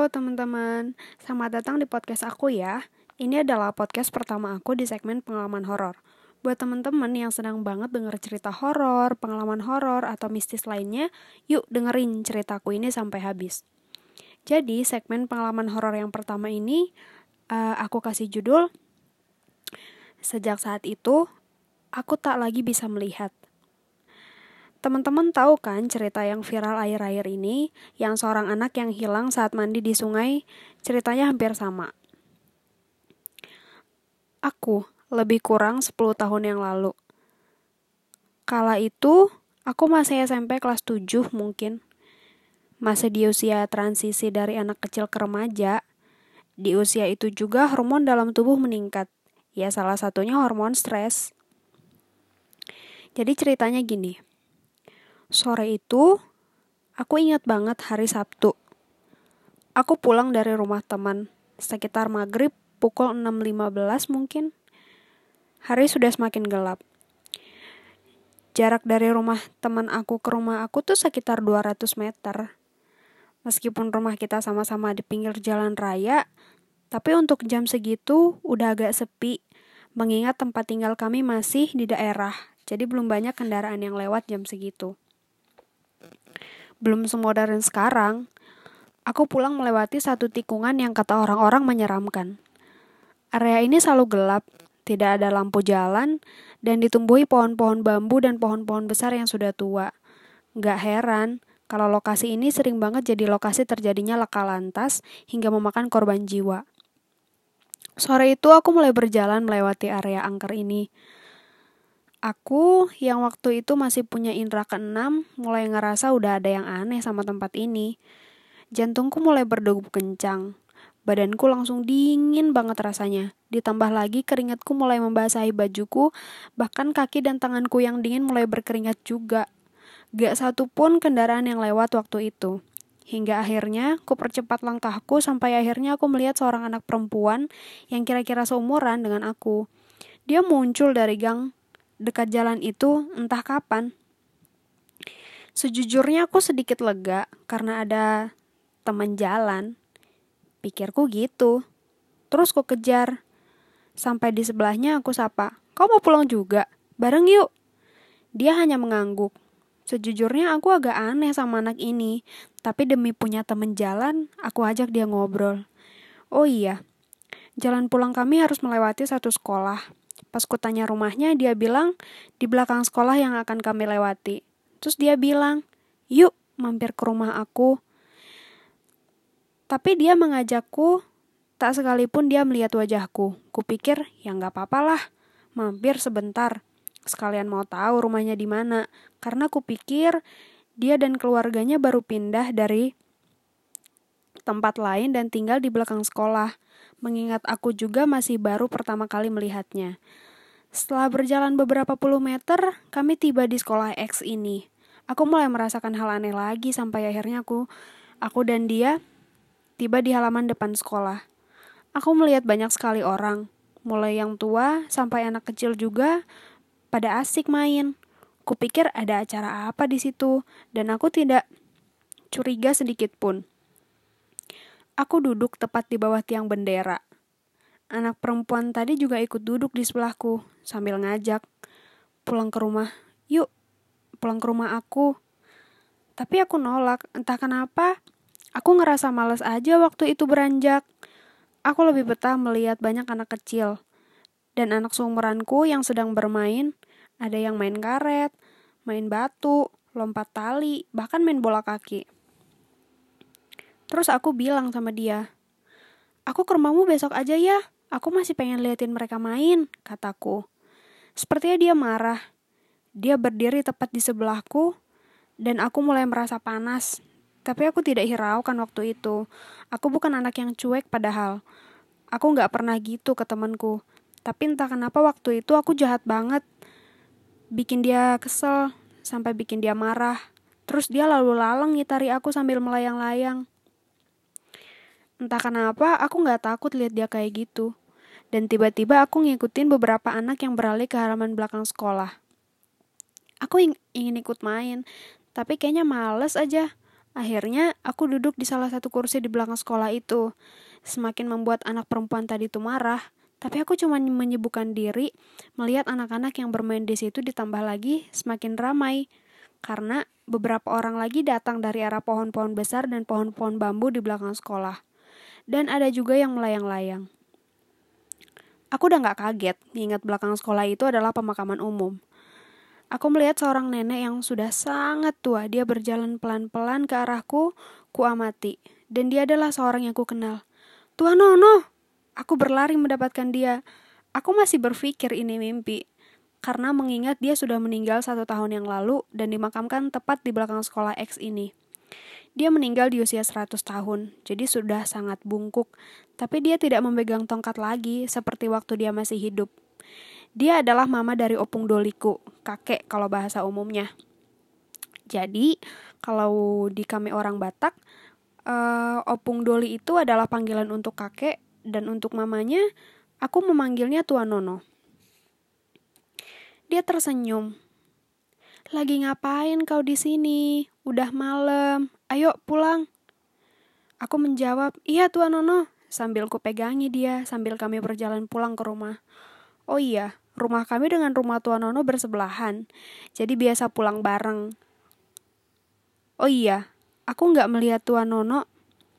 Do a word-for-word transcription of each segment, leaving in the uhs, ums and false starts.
Halo teman-teman, selamat datang di podcast aku ya. Ini adalah podcast pertama aku di segmen pengalaman horor. Buat teman-teman yang senang banget denger cerita horor, pengalaman horor, atau mistis lainnya, yuk dengerin ceritaku ini sampai habis. Jadi, segmen pengalaman horor yang pertama ini, uh, aku kasih judul, Sejak Saat Itu, Aku Tak Lagi Bisa Melihat. Teman-teman tahu kan cerita yang viral akhir-akhir ini, yang seorang anak yang hilang saat mandi di sungai, ceritanya hampir sama. Aku, lebih kurang sepuluh tahun yang lalu. Kala itu, aku masih S M P kelas tujuh mungkin. Masih di usia transisi dari anak kecil ke remaja. Di usia itu juga hormon dalam tubuh meningkat. Ya salah satunya hormon stres. Jadi ceritanya gini. Sore itu, aku ingat banget hari Sabtu. Aku pulang dari rumah teman, sekitar maghrib pukul enam lima belas mungkin. Hari sudah semakin gelap. Jarak dari rumah teman aku ke rumah aku tuh sekitar dua ratus meter. Meskipun rumah kita sama-sama di pinggir jalan raya, tapi untuk jam segitu udah agak sepi, mengingat tempat tinggal kami masih di daerah, jadi belum banyak kendaraan yang lewat jam segitu. Belum semodern sekarang, aku pulang melewati satu tikungan yang kata orang-orang menyeramkan. Area ini selalu gelap, tidak ada lampu jalan, dan ditumbuhi pohon-pohon bambu dan pohon-pohon besar yang sudah tua. Gak heran, kalau lokasi ini sering banget jadi lokasi terjadinya laka lantas hingga memakan korban jiwa. Sore itu aku mulai berjalan melewati area angker ini. Aku yang waktu itu masih punya indera keenam mulai ngerasa udah ada yang aneh sama tempat ini. Jantungku mulai berdegup kencang. Badanku langsung dingin banget rasanya. Ditambah lagi keringatku mulai membasahi bajuku, bahkan kaki dan tanganku yang dingin mulai berkeringat juga. Gak satu pun kendaraan yang lewat waktu itu. Hingga akhirnya ku percepat langkahku sampai akhirnya aku melihat seorang anak perempuan yang kira-kira seumuran dengan aku. Dia muncul dari gang dekat jalan itu entah kapan. Sejujurnya aku sedikit lega karena ada teman jalan. Pikirku gitu. Terus ku kejar. Sampai di sebelahnya aku sapa, "Kau mau pulang juga? Bareng yuk." Dia hanya mengangguk. Sejujurnya aku agak aneh sama anak ini, tapi demi punya teman jalan, aku ajak dia ngobrol. Oh iya, jalan pulang kami harus melewati satu sekolah. Pas ku tanya rumahnya, dia bilang di belakang sekolah yang akan kami lewati. Terus dia bilang, "Yuk mampir ke rumah aku." Tapi dia mengajakku, tak sekalipun dia melihat wajahku. Kupikir, ya gak apa-apa lah, mampir sebentar. Sekalian mau tahu rumahnya di mana, karena kupikir dia dan keluarganya baru pindah dari tempat lain dan tinggal di belakang sekolah. Mengingat aku juga masih baru pertama kali melihatnya. Setelah berjalan beberapa puluh meter, kami tiba di sekolah X ini. Aku mulai merasakan hal aneh lagi sampai akhirnya aku, aku dan dia tiba di halaman depan sekolah. Aku melihat banyak sekali orang, mulai yang tua sampai anak kecil juga, pada asik main. Kupikir ada acara apa di situ, dan aku tidak curiga sedikit pun. Aku duduk tepat di bawah tiang bendera. Anak perempuan tadi juga ikut duduk di sebelahku, sambil ngajak, "Pulang ke rumah, yuk, pulang ke rumah aku." Tapi aku nolak, entah kenapa. Aku ngerasa malas aja waktu itu beranjak. Aku lebih betah melihat banyak anak kecil. Dan anak seumuranku yang sedang bermain, ada yang main karet, main batu, lompat tali, bahkan main bola kaki. Terus aku bilang sama dia, "Aku ke rumahmu besok aja ya, aku masih pengen liatin mereka main," kataku. Sepertinya dia marah. Dia berdiri tepat di sebelahku, dan aku mulai merasa panas. Tapi aku tidak hiraukan waktu itu. Aku bukan anak yang cuek padahal. Aku gak pernah gitu ke temanku. Tapi entah kenapa waktu itu aku jahat banget. Bikin dia kesel, sampai bikin dia marah. Terus dia lalu lalang ngitari aku sambil melayang-layang. Entah kenapa aku gak takut lihat dia kayak gitu. Dan tiba-tiba aku ngikutin beberapa anak yang beralih ke halaman belakang sekolah. Aku ing- ingin ikut main, tapi kayaknya males aja. Akhirnya, aku duduk di salah satu kursi di belakang sekolah itu. Semakin membuat anak perempuan tadi itu marah, tapi aku cuma menyibukkan diri melihat anak-anak yang bermain di situ, ditambah lagi semakin ramai. Karena beberapa orang lagi datang dari arah pohon-pohon besar dan pohon-pohon bambu di belakang sekolah. Dan ada juga yang melayang-layang. Aku udah gak kaget, mengingat belakang sekolah itu adalah pemakaman umum. Aku melihat seorang nenek yang sudah sangat tua. Dia berjalan pelan-pelan ke arahku, ku amati. Dan dia adalah seorang yang ku kenal. Tuan Nono! Aku berlari mendapatkan dia. Aku masih berpikir ini mimpi. Karena mengingat dia sudah meninggal satu tahun yang lalu dan dimakamkan tepat di belakang sekolah X ini. Dia meninggal di usia seratus tahun, jadi sudah sangat bungkuk. Tapi dia tidak memegang tongkat lagi seperti waktu dia masih hidup. Dia adalah mama dari Opung Doliku, kakek kalau bahasa umumnya. Jadi, kalau di kami orang Batak, uh, Opung Doli itu adalah panggilan untuk kakek, dan untuk mamanya, aku memanggilnya Tuan Nono. Dia tersenyum. Lagi ngapain kau di sini? Udah malam. Ayo pulang. Aku menjawab, iya Tuan Nono, sambil kupegangi dia sambil kami berjalan pulang ke rumah. Oh iya, rumah kami dengan rumah Tuan Nono bersebelahan, jadi biasa pulang bareng. Oh iya, aku gak melihat Tuan Nono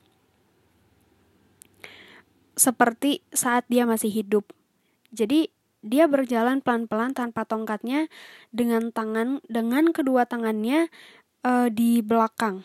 seperti saat dia masih hidup. Jadi dia berjalan pelan-pelan tanpa tongkatnya dengan tangan dengan kedua tangannya uh, di belakang.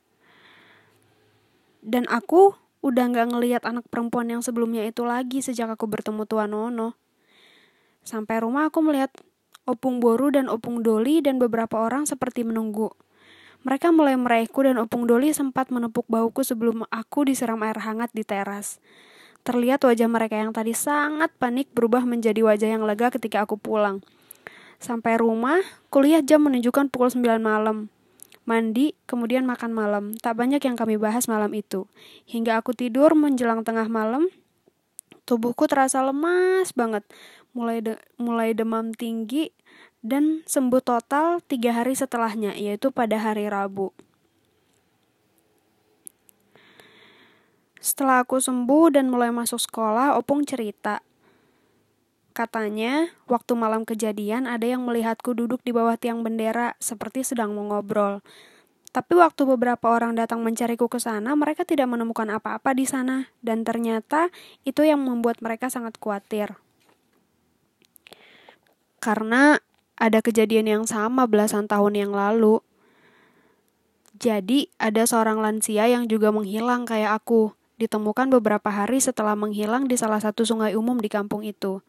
Dan aku udah gak ngelihat anak perempuan yang sebelumnya itu lagi sejak aku bertemu Tuan Nono. Sampai rumah aku melihat Opung Boru dan Opung Doli dan beberapa orang seperti menunggu. Mereka mulai meraihku dan Opung Doli sempat menepuk bahuku sebelum aku disiram air hangat di teras. Terlihat wajah mereka yang tadi sangat panik berubah menjadi wajah yang lega ketika aku pulang. Sampai rumah, kuliah jam menunjukkan pukul sembilan malam. Mandi, kemudian makan malam. Tak banyak yang kami bahas malam itu. Hingga aku tidur menjelang tengah malam, tubuhku terasa lemas banget. Mulai de- mulai demam tinggi dan sembuh total tiga hari setelahnya, yaitu pada hari Rabu. Setelah aku sembuh dan mulai masuk sekolah, Opung cerita. Katanya, waktu malam kejadian ada yang melihatku duduk di bawah tiang bendera seperti sedang mengobrol. Tapi waktu beberapa orang datang mencariku ke sana, mereka tidak menemukan apa-apa di sana. Dan ternyata itu yang membuat mereka sangat khawatir. Karena ada kejadian yang sama belasan tahun yang lalu. Jadi ada seorang lansia yang juga menghilang kayak aku. Ditemukan beberapa hari setelah menghilang di salah satu sungai umum di kampung itu.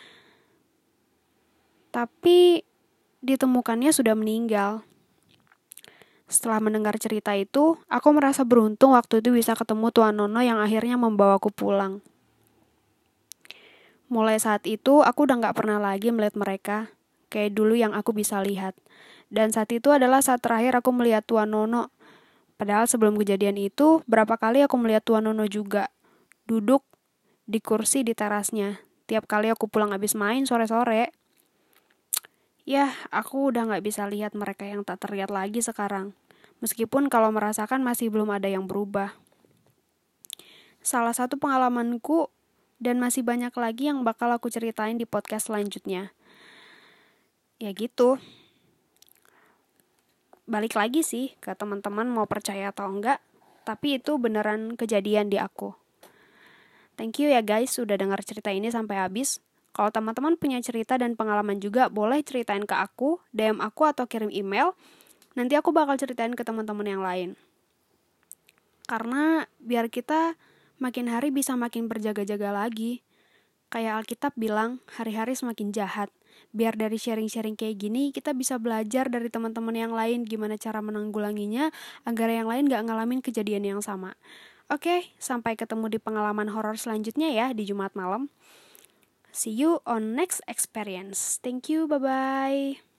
Tapi ditemukannya sudah meninggal. Setelah mendengar cerita itu, aku merasa beruntung waktu itu bisa ketemu Tuan Nono yang akhirnya membawaku pulang. Mulai saat itu, aku udah gak pernah lagi melihat mereka, kayak dulu yang aku bisa lihat. Dan saat itu adalah saat terakhir aku melihat Tuan Nono. Padahal sebelum kejadian itu, berapa kali aku melihat Tuan Nono juga. Duduk di kursi di terasnya. Tiap kali aku pulang habis main sore-sore. Yah, aku udah gak bisa lihat mereka yang tak terlihat lagi sekarang. Meskipun kalau merasakan masih belum ada yang berubah. Salah satu pengalamanku, dan masih banyak lagi yang bakal aku ceritain di podcast selanjutnya. Ya gitu. Balik lagi sih ke teman-teman mau percaya atau enggak, tapi itu beneran kejadian di aku. Thank you ya guys sudah dengar cerita ini sampai habis. Kalau teman-teman punya cerita dan pengalaman juga, boleh ceritain ke aku, D M aku atau kirim email. Nanti aku bakal ceritain ke teman-teman yang lain. Karena biar kita makin hari bisa makin berjaga-jaga lagi. Kayak Alkitab bilang, hari-hari semakin jahat. Biar dari sharing-sharing kayak gini, kita bisa belajar dari teman-teman yang lain gimana cara menanggulanginya, agar yang lain gak ngalamin kejadian yang sama. Oke, sampai ketemu di pengalaman horor selanjutnya ya, di Jumat malam. See you on next experience. Thank you, bye-bye.